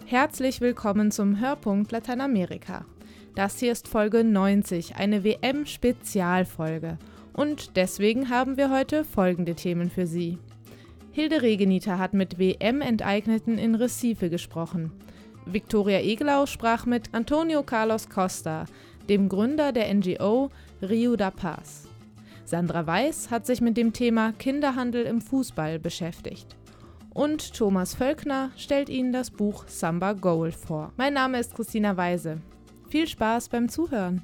Herzlich willkommen zum Hörpunkt Lateinamerika. Das hier ist Folge 90, eine WM-Spezialfolge. Und deswegen haben wir heute folgende Themen für Sie. Hilde Regeniter hat mit WM-Enteigneten in Recife gesprochen. Viktoria Egelau sprach mit Antonio Carlos Costa, dem Gründer der NGO Rio da Paz. Sandra Weiß hat sich mit dem Thema Kinderhandel im Fußball beschäftigt. Und Thomas Völkner stellt Ihnen das Buch Samba Goal vor. Mein Name ist Christina Weise. Viel Spaß beim Zuhören.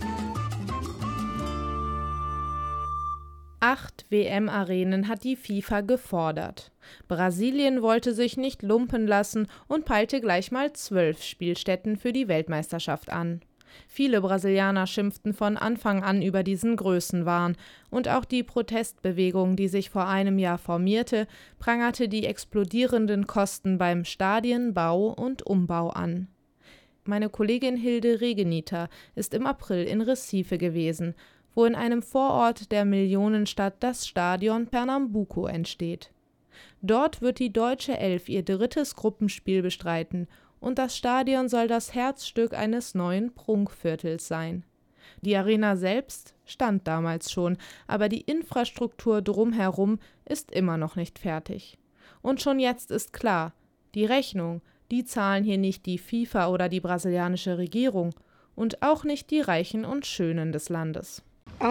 8 WM-Arenen hat die FIFA gefordert. Brasilien wollte sich nicht lumpen lassen und peilte gleich mal 12 Spielstätten für die Weltmeisterschaft an. Viele Brasilianer schimpften von Anfang an über diesen Größenwahn und auch die Protestbewegung, die sich vor einem Jahr formierte, prangerte die explodierenden Kosten beim Stadienbau und Umbau an. Meine Kollegin Hilde Regeniter ist im April in Recife gewesen, wo in einem Vorort der Millionenstadt das Stadion Pernambuco entsteht. Dort wird die deutsche Elf ihr 3. Gruppenspiel bestreiten und das Stadion soll das Herzstück eines neuen Prunkviertels sein. Die Arena selbst stand damals schon, aber die Infrastruktur drumherum ist immer noch nicht fertig. Und schon jetzt ist klar, die Rechnung, die zahlen hier nicht die FIFA oder die brasilianische Regierung und auch nicht die Reichen und Schönen des Landes.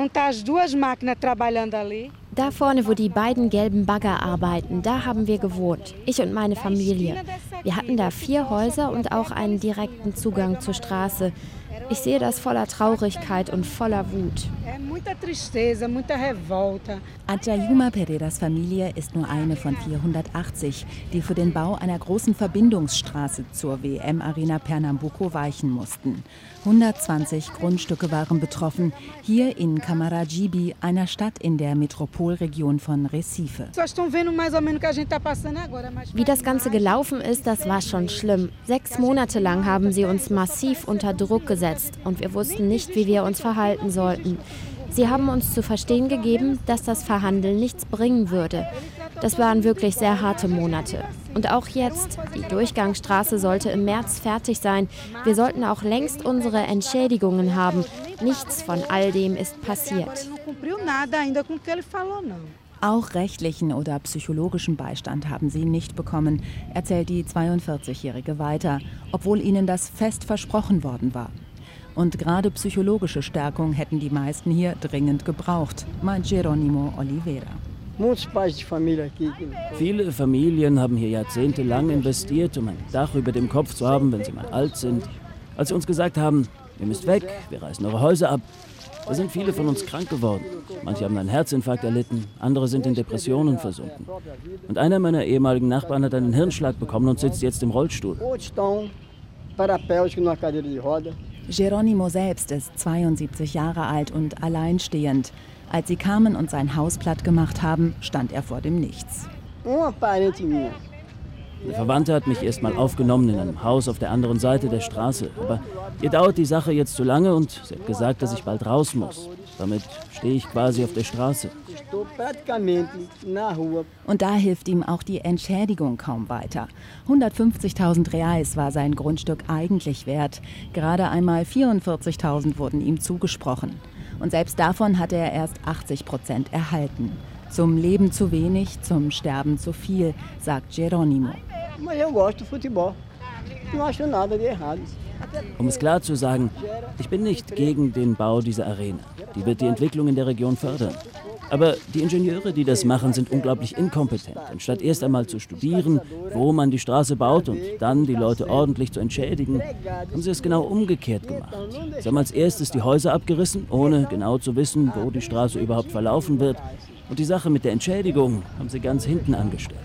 Da vorne, wo die beiden gelben Bagger arbeiten, da haben wir gewohnt, ich und meine Familie. Wir hatten da 4 Häuser und auch einen direkten Zugang zur Straße. Ich sehe das voller Traurigkeit und voller Wut. Adjayuma Pereiras Familie ist nur eine von 480, die für den Bau einer großen Verbindungsstraße zur WM-Arena Pernambuco weichen mussten. 120 Grundstücke waren betroffen, hier in Camaragibe, einer Stadt in der Metropolregion von Recife. Wie das Ganze gelaufen ist, das war schon schlimm. 6 Monate lang haben sie uns massiv unter Druck gesetzt und wir wussten nicht, wie wir uns verhalten sollten. Sie haben uns zu verstehen gegeben, dass das Verhandeln nichts bringen würde. Das waren wirklich sehr harte Monate. Und auch jetzt, die Durchgangsstraße sollte im März fertig sein. Wir sollten auch längst unsere Entschädigungen haben. Nichts von all dem ist passiert. Auch rechtlichen oder psychologischen Beistand haben sie nicht bekommen, erzählt die 42-Jährige weiter, obwohl ihnen das fest versprochen worden war. Und gerade psychologische Stärkung hätten die meisten hier dringend gebraucht, meint Jerónimo Oliveira. Viele Familien haben hier jahrzehntelang investiert, um ein Dach über dem Kopf zu haben, wenn sie mal alt sind. Als sie uns gesagt haben, ihr müsst weg, wir reißen eure Häuser ab, da sind viele von uns krank geworden. Manche haben einen Herzinfarkt erlitten, andere sind in Depressionen versunken. Und einer meiner ehemaligen Nachbarn hat einen Hirnschlag bekommen und sitzt jetzt im Rollstuhl. Jerónimo selbst ist 72 Jahre alt und alleinstehend. Als sie kamen und sein Haus platt gemacht haben, stand er vor dem Nichts. Eine Verwandte hat mich erst mal aufgenommen in einem Haus auf der anderen Seite der Straße. Aber ihr dauert die Sache jetzt zu lange und sie hat gesagt, dass ich bald raus muss. Damit stehe ich quasi auf der Straße. Und da hilft ihm auch die Entschädigung kaum weiter. 150.000 Reais war sein Grundstück eigentlich wert. Gerade einmal 44.000 wurden ihm zugesprochen. Und selbst davon hatte er erst 80% erhalten. Zum Leben zu wenig, zum Sterben zu viel, sagt Jerónimo. Um es klar zu sagen, ich bin nicht gegen den Bau dieser Arena. Die wird die Entwicklung in der Region fördern. Aber die Ingenieure, die das machen, sind unglaublich inkompetent. Anstatt erst einmal zu studieren, wo man die Straße baut und dann die Leute ordentlich zu entschädigen, haben sie es genau umgekehrt gemacht. Sie haben als erstes die Häuser abgerissen, ohne genau zu wissen, wo die Straße überhaupt verlaufen wird. Und die Sache mit der Entschädigung haben sie ganz hinten angestellt.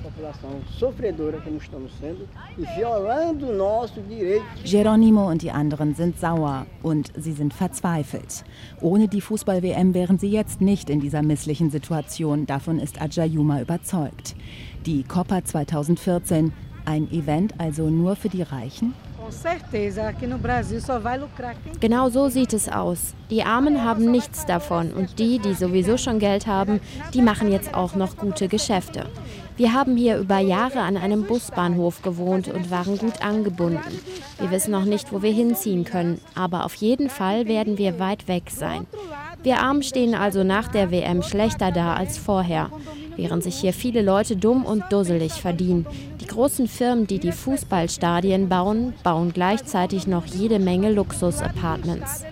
Jerónimo und die anderen sind sauer und sie sind verzweifelt. Ohne die Fußball-WM wären sie jetzt nicht in dieser misslichen Situation, davon ist Adjayuma überzeugt. Die Copa 2014, ein Event also nur für die Reichen? Genau so sieht es aus. Die Armen haben nichts davon und die sowieso schon Geld haben, die machen jetzt auch noch gute Geschäfte. Wir haben hier über Jahre an einem Busbahnhof gewohnt und waren gut angebunden. Wir wissen noch nicht, wo wir hinziehen können, aber auf jeden Fall werden wir weit weg sein. Wir Armen stehen also nach der WM schlechter da als vorher, während sich hier viele Leute dumm und dusselig verdienen. Die großen Firmen, die Fußballstadien bauen, bauen gleichzeitig noch jede Menge Luxus-Apartments.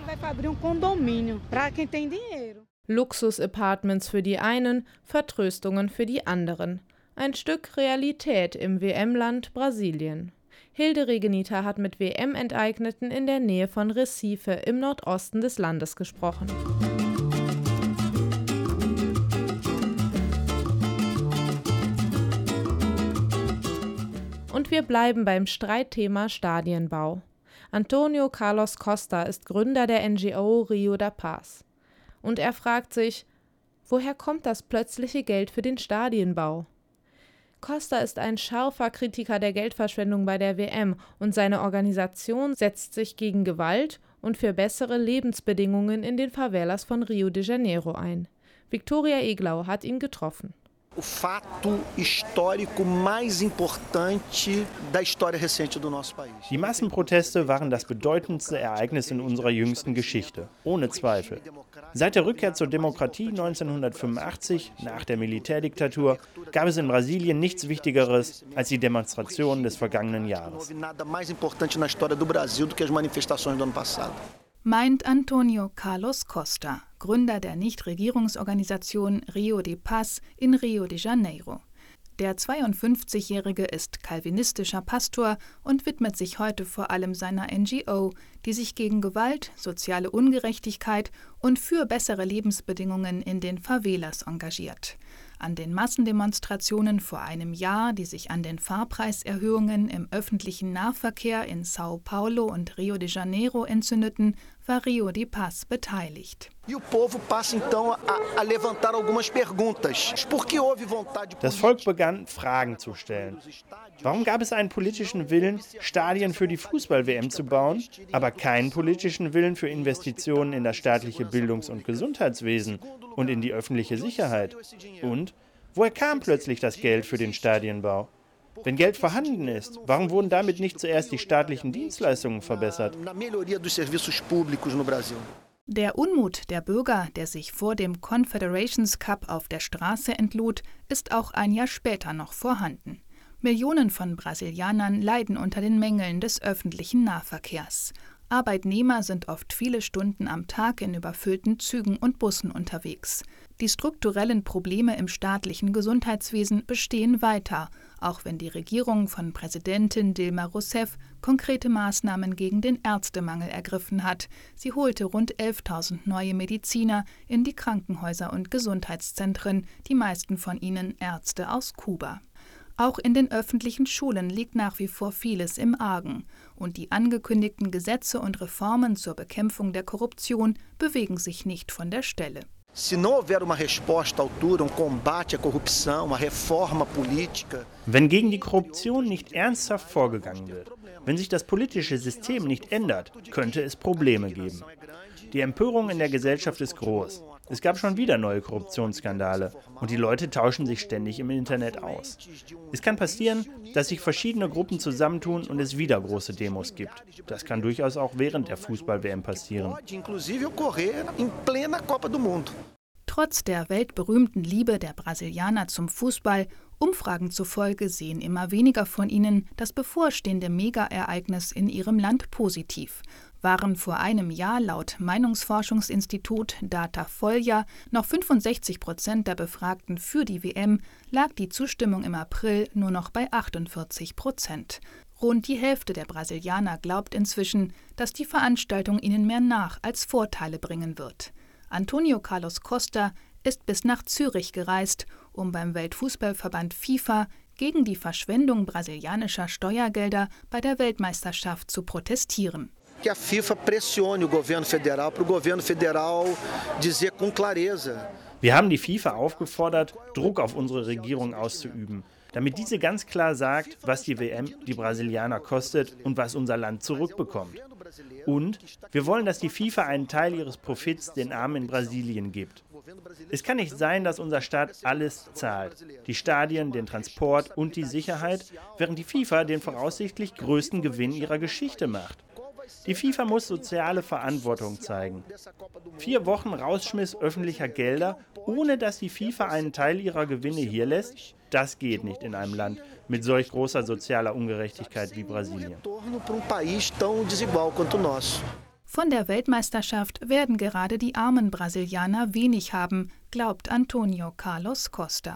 Luxus-Apartments für die einen, Vertröstungen für die anderen. Ein Stück Realität im WM-Land Brasilien. Hilde Regenita hat mit WM-Enteigneten in der Nähe von Recife im Nordosten des Landes gesprochen. Und wir bleiben beim Streitthema Stadienbau. Antonio Carlos Costa ist Gründer der NGO Rio da Paz. Und er fragt sich, woher kommt das plötzliche Geld für den Stadienbau? Costa ist ein scharfer Kritiker der Geldverschwendung bei der WM und seine Organisation setzt sich gegen Gewalt und für bessere Lebensbedingungen in den Favelas von Rio de Janeiro ein. Viktoria Eglau hat ihn getroffen. O fato histórico mais importante da história recente do nosso país. Die Massenproteste waren das bedeutendste Ereignis in unserer jüngsten Geschichte, ohne Zweifel. Seit der Rückkehr zur Demokratie 1985, nach der Militärdiktatur, gab es in Brasilien nichts Wichtigeres als die Demonstrationen des vergangenen Jahres. Nada mais importante na história do Brasil do que as manifestações do ano passado. Meint Antonio Carlos Costa, Gründer der Nichtregierungsorganisation Rio de Paz in Rio de Janeiro. Der 52-Jährige ist calvinistischer Pastor und widmet sich heute vor allem seiner NGO, die sich gegen Gewalt, soziale Ungerechtigkeit und für bessere Lebensbedingungen in den Favelas engagiert. An den Massendemonstrationen vor einem Jahr, die sich an den Fahrpreiserhöhungen im öffentlichen Nahverkehr in São Paulo und Rio de Janeiro entzündeten, war Rio de Paz beteiligt. Das Volk begann, Fragen zu stellen. Warum gab es einen politischen Willen, Stadien für die Fußball-WM zu bauen, aber keinen politischen Willen für Investitionen in das staatliche Bildungs- und Gesundheitswesen und in die öffentliche Sicherheit? Und woher kam plötzlich das Geld für den Stadienbau? Wenn Geld vorhanden ist, warum wurden damit nicht zuerst die staatlichen Dienstleistungen verbessert? Der Unmut der Bürger, der sich vor dem Confederations Cup auf der Straße entlud, ist auch ein Jahr später noch vorhanden. Millionen von Brasilianern leiden unter den Mängeln des öffentlichen Nahverkehrs. Arbeitnehmer sind oft viele Stunden am Tag in überfüllten Zügen und Bussen unterwegs. Die strukturellen Probleme im staatlichen Gesundheitswesen bestehen weiter, auch wenn die Regierung von Präsidentin Dilma Rousseff konkrete Maßnahmen gegen den Ärztemangel ergriffen hat. Sie holte rund 11.000 neue Mediziner in die Krankenhäuser und Gesundheitszentren, die meisten von ihnen Ärzte aus Kuba. Auch in den öffentlichen Schulen liegt nach wie vor vieles im Argen. Und die angekündigten Gesetze und Reformen zur Bekämpfung der Korruption bewegen sich nicht von der Stelle. Wenn gegen die Korruption nicht ernsthaft vorgegangen wird, wenn sich das politische System nicht ändert, könnte es Probleme geben. Die Empörung in der Gesellschaft ist groß. Es gab schon wieder neue Korruptionsskandale und die Leute tauschen sich ständig im Internet aus. Es kann passieren, dass sich verschiedene Gruppen zusammentun und es wieder große Demos gibt. Das kann durchaus auch während der Fußball-WM passieren. Trotz der weltberühmten Liebe der Brasilianer zum Fußball, Umfragen zufolge sehen immer weniger von ihnen das bevorstehende Mega-Ereignis in ihrem Land positiv. Waren vor einem Jahr laut Meinungsforschungsinstitut Datafolha noch 65% der Befragten für die WM, lag die Zustimmung im April nur noch bei 48%. Rund die Hälfte der Brasilianer glaubt inzwischen, dass die Veranstaltung ihnen mehr Nach- als Vorteile bringen wird. Antonio Carlos Costa ist bis nach Zürich gereist, um beim Weltfußballverband FIFA gegen die Verschwendung brasilianischer Steuergelder bei der Weltmeisterschaft zu protestieren. Que a FIFA pressione o governo federal para o governo federal dizer com clareza Wir haben die FIFA aufgefordert, Druck auf unsere Regierung auszuüben, damit diese ganz klar sagt, was die WM die Brasilianer kostet und was unser Land zurückbekommt. Und wir wollen, dass die FIFA einen Teil ihres Profits den Armen in Brasilien gibt. Es kann nicht sein, dass unser Staat alles zahlt. Die Stadien, den Transport und die Sicherheit, während die FIFA den voraussichtlich größten Gewinn ihrer Geschichte macht. Die FIFA muss soziale Verantwortung zeigen. 4 Wochen Rausschmiss öffentlicher Gelder, ohne dass die FIFA einen Teil ihrer Gewinne hier lässt, das geht nicht in einem Land mit solch großer sozialer Ungerechtigkeit wie Brasilien. Von der Weltmeisterschaft werden gerade die armen Brasilianer wenig haben, glaubt Antonio Carlos Costa.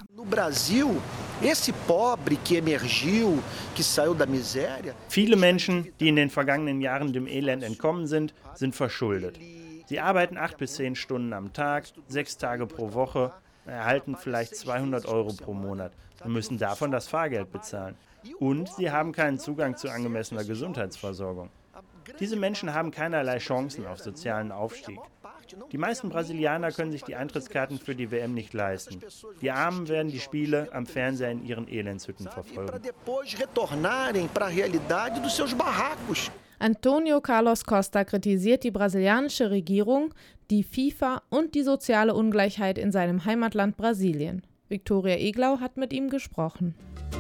Viele Menschen, die in den vergangenen Jahren dem Elend entkommen sind verschuldet. Sie arbeiten 8 bis 10 Stunden am Tag, 6 Tage pro Woche, erhalten vielleicht 200 € pro Monat und müssen davon das Fahrgeld bezahlen. Und sie haben keinen Zugang zu angemessener Gesundheitsversorgung. Diese Menschen haben keinerlei Chancen auf sozialen Aufstieg. Die meisten Brasilianer können sich die Eintrittskarten für die WM nicht leisten. Die Armen werden die Spiele am Fernseher in ihren Elendshütten verfolgen. Antonio Carlos Costa kritisiert die brasilianische Regierung, die FIFA und die soziale Ungleichheit in seinem Heimatland Brasilien. Viktoria Eglau hat mit ihm gesprochen.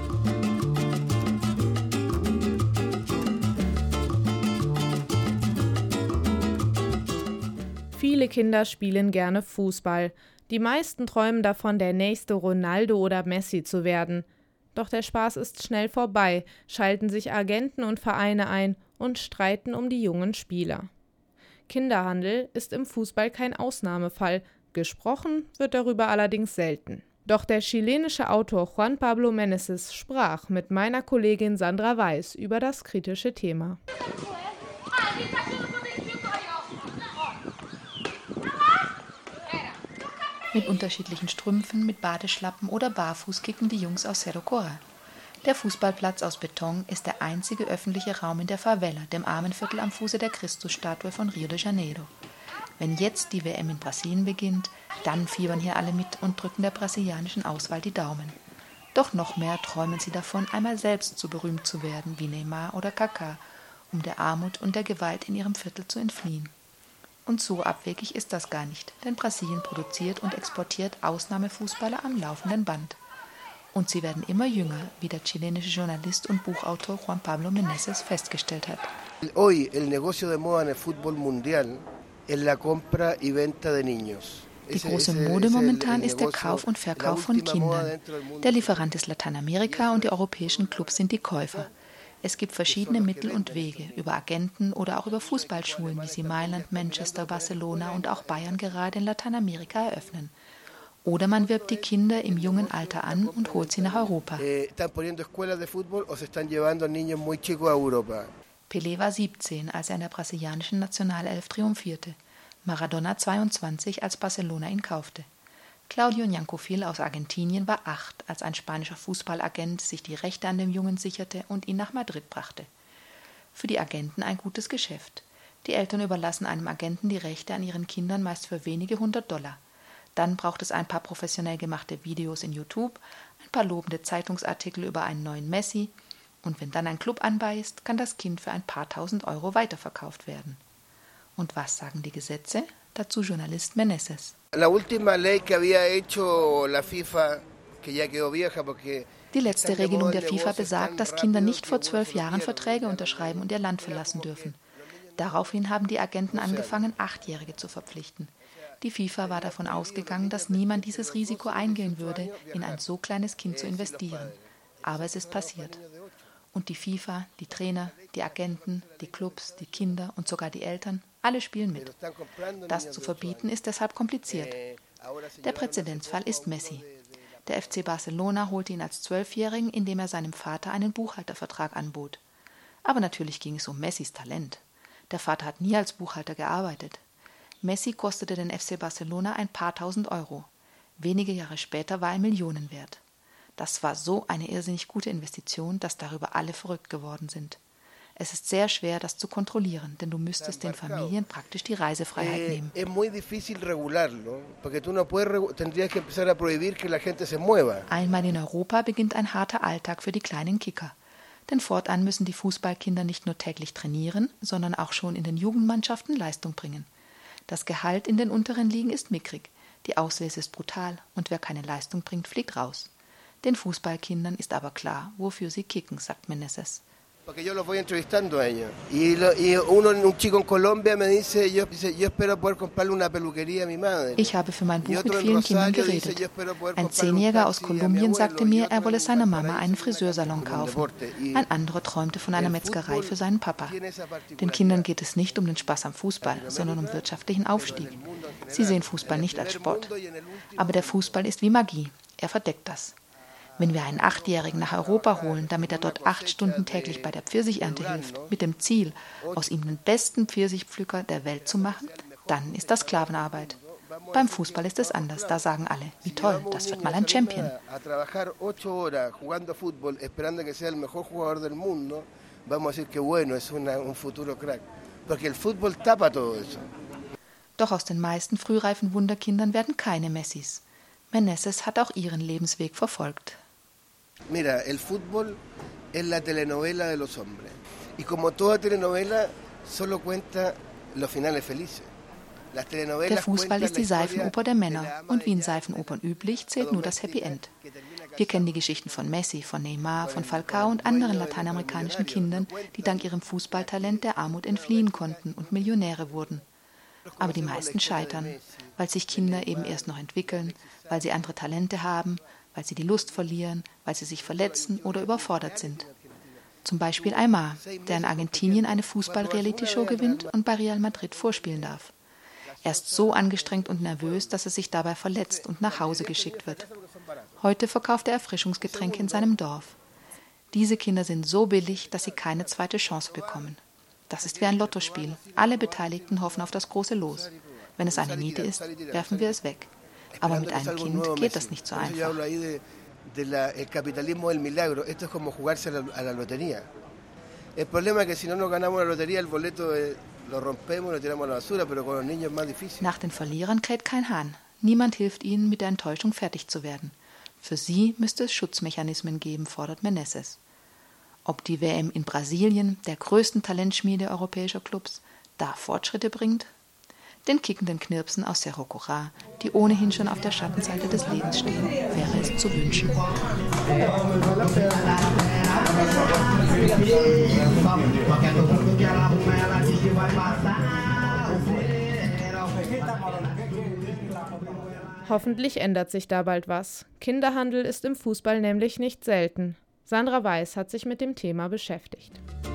Viele Kinder spielen gerne Fußball. Die meisten träumen davon, der nächste Ronaldo oder Messi zu werden. Doch der Spaß ist schnell vorbei, schalten sich Agenten und Vereine ein und streiten um die jungen Spieler. Kinderhandel ist im Fußball kein Ausnahmefall, gesprochen wird darüber allerdings selten. Doch der chilenische Autor Juan Pablo Meneses sprach mit meiner Kollegin Sandra Weiß über das kritische Thema. Mit unterschiedlichen Strümpfen, mit Badeschlappen oder barfuß kicken die Jungs aus Cerro Corral. Der Fußballplatz aus Beton ist der einzige öffentliche Raum in der Favela, dem Armenviertel am Fuße der Christusstatue von Rio de Janeiro. Wenn jetzt die WM in Brasilien beginnt, dann fiebern hier alle mit und drücken der brasilianischen Auswahl die Daumen. Doch noch mehr träumen sie davon, einmal selbst so berühmt zu werden wie Neymar oder Kaká, um der Armut und der Gewalt in ihrem Viertel zu entfliehen. Und so abwegig ist das gar nicht, denn Brasilien produziert und exportiert Ausnahmefußballer am laufenden Band. Und sie werden immer jünger, wie der chilenische Journalist und Buchautor Juan Pablo Meneses festgestellt hat. Hoy el negocio de moda en el fútbol mundial es la compra y venta de niños. Die große Mode momentan ist der Kauf und Verkauf von Kindern. Der Lieferant ist Lateinamerika und die europäischen Clubs sind die Käufer. Es gibt verschiedene Mittel und Wege, über Agenten oder auch über Fußballschulen, wie sie Mailand, Manchester, Barcelona und auch Bayern gerade in Lateinamerika eröffnen. Oder man wirbt die Kinder im jungen Alter an und holt sie nach Europa. Pelé war 17, als er in der brasilianischen Nationalelf triumphierte. Maradona 22, als Barcelona ihn kaufte. Claudio Ñancofil aus Argentinien war 8, als ein spanischer Fußballagent sich die Rechte an dem Jungen sicherte und ihn nach Madrid brachte. Für die Agenten ein gutes Geschäft. Die Eltern überlassen einem Agenten die Rechte an ihren Kindern meist für wenige $100. Dann braucht es ein paar professionell gemachte Videos in YouTube, ein paar lobende Zeitungsartikel über einen neuen Messi und wenn dann ein Club anbeißt, kann das Kind für ein paar tausend € weiterverkauft werden. Und was sagen die Gesetze? Dazu Journalist Meneses. Die letzte Regelung der FIFA besagt, dass Kinder nicht vor 12 Jahren Verträge unterschreiben und ihr Land verlassen dürfen. Daraufhin haben die Agenten angefangen, 8-Jährige zu verpflichten. Die FIFA war davon ausgegangen, dass niemand dieses Risiko eingehen würde, in ein so kleines Kind zu investieren. Aber es ist passiert. Und die FIFA, die Trainer, die Agenten, die Clubs, die Kinder und sogar die Eltern, alle spielen mit. Das zu verbieten ist deshalb kompliziert. Der Präzedenzfall ist Messi. Der FC Barcelona holte ihn als 12-Jährigen, indem er seinem Vater einen Buchhaltervertrag anbot. Aber natürlich ging es um Messis Talent. Der Vater hat nie als Buchhalter gearbeitet. Messi kostete den FC Barcelona ein paar tausend €. Wenige Jahre später war er Millionen wert. Das war so eine irrsinnig gute Investition, dass darüber alle verrückt geworden sind. Es ist sehr schwer, das zu kontrollieren, denn du müsstest den Familien praktisch die Reisefreiheit nehmen. Einmal in Europa beginnt ein harter Alltag für die kleinen Kicker. Denn fortan müssen die Fußballkinder nicht nur täglich trainieren, sondern auch schon in den Jugendmannschaften Leistung bringen. Das Gehalt in den unteren Ligen ist mickrig, die Auslese ist brutal und wer keine Leistung bringt, fliegt raus. Den Fußballkindern ist aber klar, wofür sie kicken, sagt Meneses. Porque yo los voy entrevistando a ellos. Un chico en Colombia me dice, yo espero poder comprarle una peluquería a mi madre. Ich habe für mein Buch mit vielen Kindern geredet. Ein 10-Jähriger aus Kolumbien sagte mir, er wolle seiner Mama einen Friseursalon kaufen. Ein anderer träumte von einer Metzgerei für seinen Papa. Den Kindern geht es nicht um den Spaß am Fußball, sondern um wirtschaftlichen Aufstieg. Sie sehen Fußball nicht als Sport. Aber der Fußball ist wie Magie. Er verdeckt das. Wenn wir einen 8-Jährigen nach Europa holen, damit er dort 8 Stunden täglich bei der Pfirsichernte hilft, mit dem Ziel, aus ihm den besten Pfirsichpflücker der Welt zu machen, dann ist das Sklavenarbeit. Beim Fußball ist es anders. Da sagen alle, wie toll, das wird mal ein Champion. Doch aus den meisten frühreifen Wunderkindern werden keine Messis. Meneses hat auch ihren Lebensweg verfolgt. Mira, el fútbol es la telenovela de los hombres. Y como toda telenovela, solo cuenta los finales felices. Der Fußball ist die Seifenoper der Männer. Und wie in Seifenopern üblich, zählt nur das Happy End. Wir kennen die Geschichten von Messi, von Neymar, von Falcao und anderen lateinamerikanischen Kindern, die dank ihrem Fußballtalent der Armut entfliehen konnten und Millionäre wurden. Aber die meisten scheitern, weil sich Kinder eben erst noch entwickeln, weil sie andere Talente haben, weil sie die Lust verlieren, weil sie sich verletzen oder überfordert sind. Zum Beispiel Aymar, der in Argentinien eine Fußball-Reality-Show gewinnt und bei Real Madrid vorspielen darf. Er ist so angestrengt und nervös, dass er sich dabei verletzt und nach Hause geschickt wird. Heute verkauft er Erfrischungsgetränke in seinem Dorf. Diese Kinder sind so billig, dass sie keine zweite Chance bekommen. Das ist wie ein Lottospiel. Alle Beteiligten hoffen auf das große Los. Wenn es eine Niete ist, werfen wir es weg. Aber mit einem Kind geht das nicht so einfach. El capitalismo del milagro. Esto es como jugarse a la lotería. El problema es que si no nos ganamos la lotería, el boleto lo rompemos, lo tiramos a la basura, pero con los niños es más difícil. Nach den Verlierern kräht kein Hahn. Niemand hilft ihnen, mit der Enttäuschung fertig zu werden. Für sie müsste es Schutzmechanismen geben, fordert Meneses. Ob die WM in Brasilien, der größten Talentschmiede europäischer Clubs, da Fortschritte bringt? Den kickenden Knirpsen aus Cerro Corá, die ohnehin schon auf der Schattenseite des Lebens stehen, wäre es zu wünschen. Hoffentlich ändert sich da bald was. Kinderhandel ist im Fußball nämlich nicht selten. Sandra Weiß hat sich mit dem Thema beschäftigt.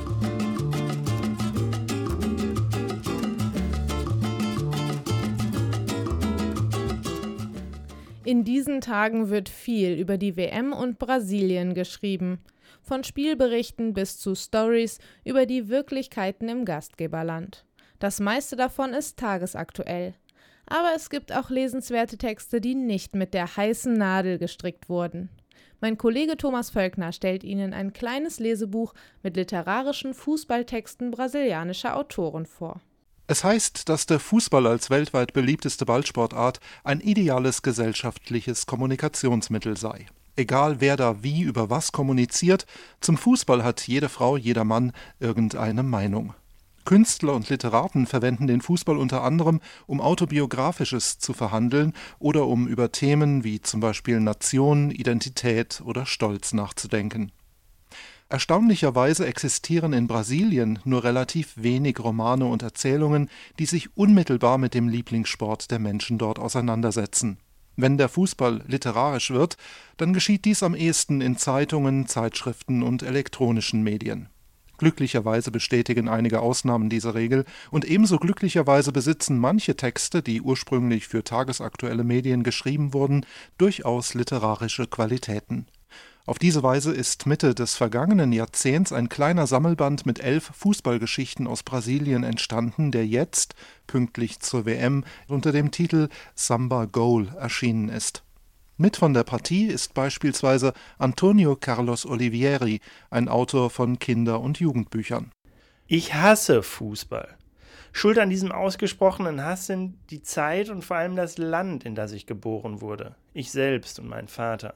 In diesen Tagen wird viel über die WM und Brasilien geschrieben. Von Spielberichten bis zu Stories über die Wirklichkeiten im Gastgeberland. Das meiste davon ist tagesaktuell. Aber es gibt auch lesenswerte Texte, die nicht mit der heißen Nadel gestrickt wurden. Mein Kollege Thomas Völkner stellt Ihnen ein kleines Lesebuch mit literarischen Fußballtexten brasilianischer Autoren vor. Es heißt, dass der Fußball als weltweit beliebteste Ballsportart ein ideales gesellschaftliches Kommunikationsmittel sei. Egal wer da wie über was kommuniziert, zum Fußball hat jede Frau, jeder Mann irgendeine Meinung. Künstler und Literaten verwenden den Fußball unter anderem, um Autobiografisches zu verhandeln oder um über Themen wie zum Beispiel Nation, Identität oder Stolz nachzudenken. Erstaunlicherweise existieren in Brasilien nur relativ wenig Romane und Erzählungen, die sich unmittelbar mit dem Lieblingssport der Menschen dort auseinandersetzen. Wenn der Fußball literarisch wird, dann geschieht dies am ehesten in Zeitungen, Zeitschriften und elektronischen Medien. Glücklicherweise bestätigen einige Ausnahmen diese Regel und ebenso glücklicherweise besitzen manche Texte, die ursprünglich für tagesaktuelle Medien geschrieben wurden, durchaus literarische Qualitäten. Auf diese Weise ist Mitte des vergangenen Jahrzehnts ein kleiner Sammelband mit 11 Fußballgeschichten aus Brasilien entstanden, der jetzt, pünktlich zur WM, unter dem Titel Samba Goal erschienen ist. Mit von der Partie ist beispielsweise Antonio Carlos Olivieri, ein Autor von Kinder- und Jugendbüchern. Ich hasse Fußball. Schuld an diesem ausgesprochenen Hass sind die Zeit und vor allem das Land, in das ich geboren wurde. Ich selbst und mein Vater.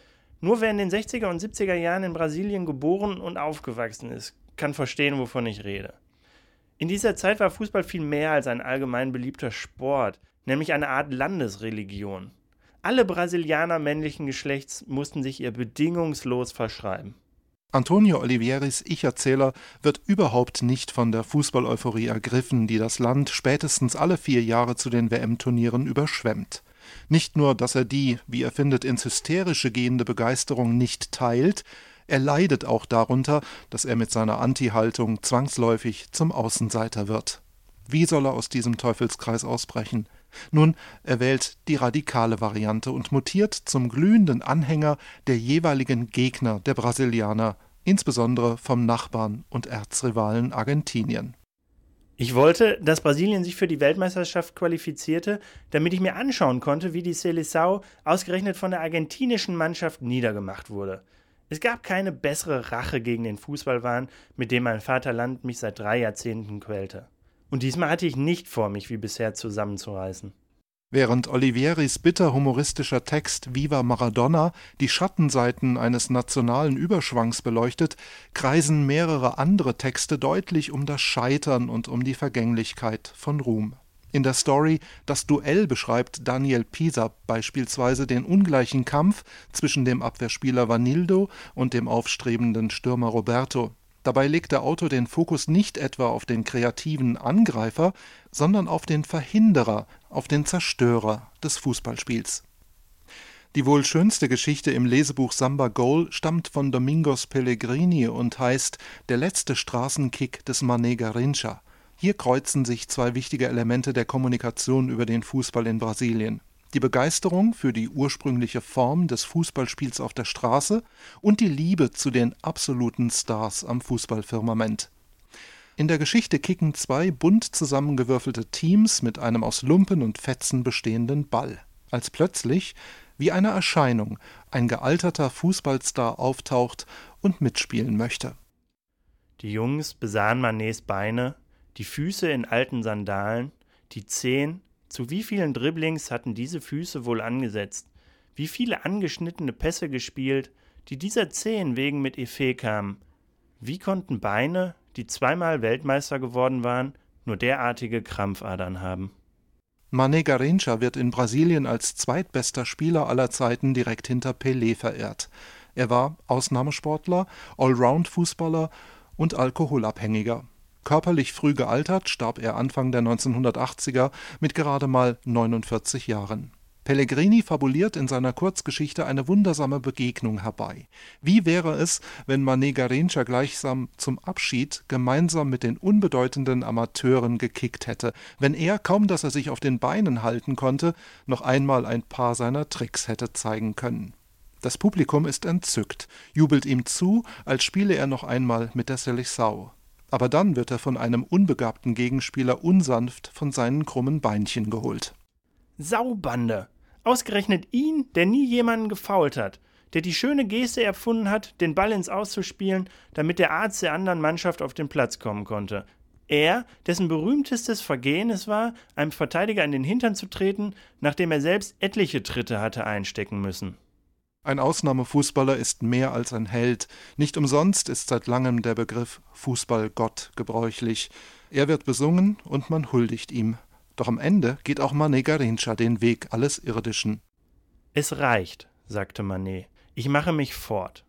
Nur wer in den 60er und 70er Jahren in Brasilien geboren und aufgewachsen ist, kann verstehen, wovon ich rede. In dieser Zeit war Fußball viel mehr als ein allgemein beliebter Sport, nämlich eine Art Landesreligion. Alle Brasilianer männlichen Geschlechts mussten sich ihr bedingungslos verschreiben. Antonio Olivieris Ich-Erzähler wird überhaupt nicht von der Fußball-Euphorie ergriffen, die das Land spätestens alle 4 Jahre zu den WM-Turnieren überschwemmt. Nicht nur, dass er die, wie er findet, ins Hysterische gehende Begeisterung nicht teilt, er leidet auch darunter, dass er mit seiner Anti-Haltung zwangsläufig zum Außenseiter wird. Wie soll er aus diesem Teufelskreis ausbrechen? Nun, er wählt die radikale Variante und mutiert zum glühenden Anhänger der jeweiligen Gegner der Brasilianer, insbesondere vom Nachbarn und Erzrivalen Argentinien. Ich wollte, dass Brasilien sich für die Weltmeisterschaft qualifizierte, damit ich mir anschauen konnte, wie die Seleção ausgerechnet von der argentinischen Mannschaft niedergemacht wurde. Es gab keine bessere Rache gegen den Fußballwahn, mit dem mein Vaterland mich seit 3 Jahrzehnten quälte. Und diesmal hatte ich nicht vor, mich wie bisher zusammenzureißen. Während Olivieris bitter humoristischer Text Viva Maradona die Schattenseiten eines nationalen Überschwangs beleuchtet, kreisen mehrere andere Texte deutlich um das Scheitern und um die Vergänglichkeit von Ruhm. In der Story Das Duell beschreibt Daniel Pisa beispielsweise den ungleichen Kampf zwischen dem Abwehrspieler Vanildo und dem aufstrebenden Stürmer Roberto. Dabei legt der Autor den Fokus nicht etwa auf den kreativen Angreifer, sondern auf den Verhinderer, auf den Zerstörer des Fußballspiels. Die wohl schönste Geschichte im Lesebuch Samba Goal stammt von Domingos Pellegrini und heißt Der letzte Straßenkick des Mané Garrincha. Hier kreuzen sich 2 wichtige Elemente der Kommunikation über den Fußball in Brasilien. Die Begeisterung für die ursprüngliche Form des Fußballspiels auf der Straße und die Liebe zu den absoluten Stars am Fußballfirmament. In der Geschichte kicken 2 bunt zusammengewürfelte Teams mit einem aus Lumpen und Fetzen bestehenden Ball. Als plötzlich, wie eine Erscheinung, ein gealterter Fußballstar auftaucht und mitspielen möchte. Die Jungs besahen Manés Beine, die Füße in alten Sandalen, die Zehen. Zu wie vielen Dribblings hatten diese Füße wohl angesetzt? Wie viele angeschnittene Pässe gespielt, die dieser Zehen wegen mit Effet kamen? Wie konnten Beine, die 2-mal Weltmeister geworden waren, nur derartige Krampfadern haben? Mané Garrincha wird in Brasilien als zweitbester Spieler aller Zeiten direkt hinter Pelé verehrt. Er war Ausnahmesportler, Allround-Fußballer und Alkoholabhängiger. Körperlich früh gealtert starb er Anfang der 1980er mit gerade mal 49 Jahren. Pellegrini fabuliert in seiner Kurzgeschichte eine wundersame Begegnung herbei. Wie wäre es, wenn Mané Garrincha gleichsam zum Abschied gemeinsam mit den unbedeutenden Amateuren gekickt hätte, wenn er, kaum dass er sich auf den Beinen halten konnte, noch einmal ein paar seiner Tricks hätte zeigen können. Das Publikum ist entzückt, jubelt ihm zu, als spiele er noch einmal mit der Seleção. Aber dann wird er von einem unbegabten Gegenspieler unsanft von seinen krummen Beinchen geholt. Saubande! Ausgerechnet ihn, der nie jemanden gefoult hat, der die schöne Geste erfunden hat, den Ball ins Aus zu spielen, damit der Arzt der anderen Mannschaft auf den Platz kommen konnte. Er, dessen berühmtestes Vergehen es war, einem Verteidiger in den Hintern zu treten, nachdem er selbst etliche Tritte hatte einstecken müssen. Ein Ausnahmefußballer ist mehr als ein Held. Nicht umsonst ist seit langem der Begriff Fußballgott gebräuchlich. Er wird besungen und man huldigt ihm. Doch am Ende geht auch Mané Garrincha den Weg alles Irdischen. Es reicht, sagte Mané. Ich mache mich fort.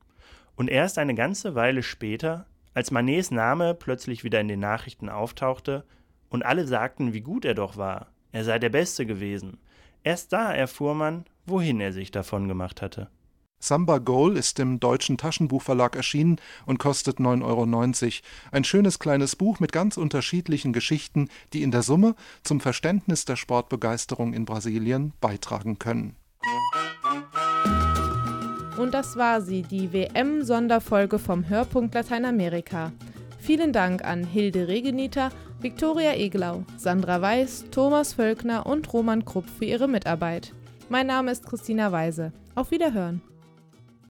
Und erst eine ganze Weile später, als Manés Name plötzlich wieder in den Nachrichten auftauchte und alle sagten, wie gut er doch war, er sei der Beste gewesen, erst da erfuhr man, wohin er sich davon gemacht hatte. Samba Goal ist im Deutschen Taschenbuchverlag erschienen und kostet 9,90 €. Ein schönes kleines Buch mit ganz unterschiedlichen Geschichten, die in der Summe zum Verständnis der Sportbegeisterung in Brasilien beitragen können. Und das war sie, die WM-Sonderfolge vom Hörpunkt Lateinamerika. Vielen Dank an Hilde Regeniter, Viktoria Eglau, Sandra Weiß, Thomas Völkner und Roman Krupp für ihre Mitarbeit. Mein Name ist Christina Weise. Auf Wiederhören.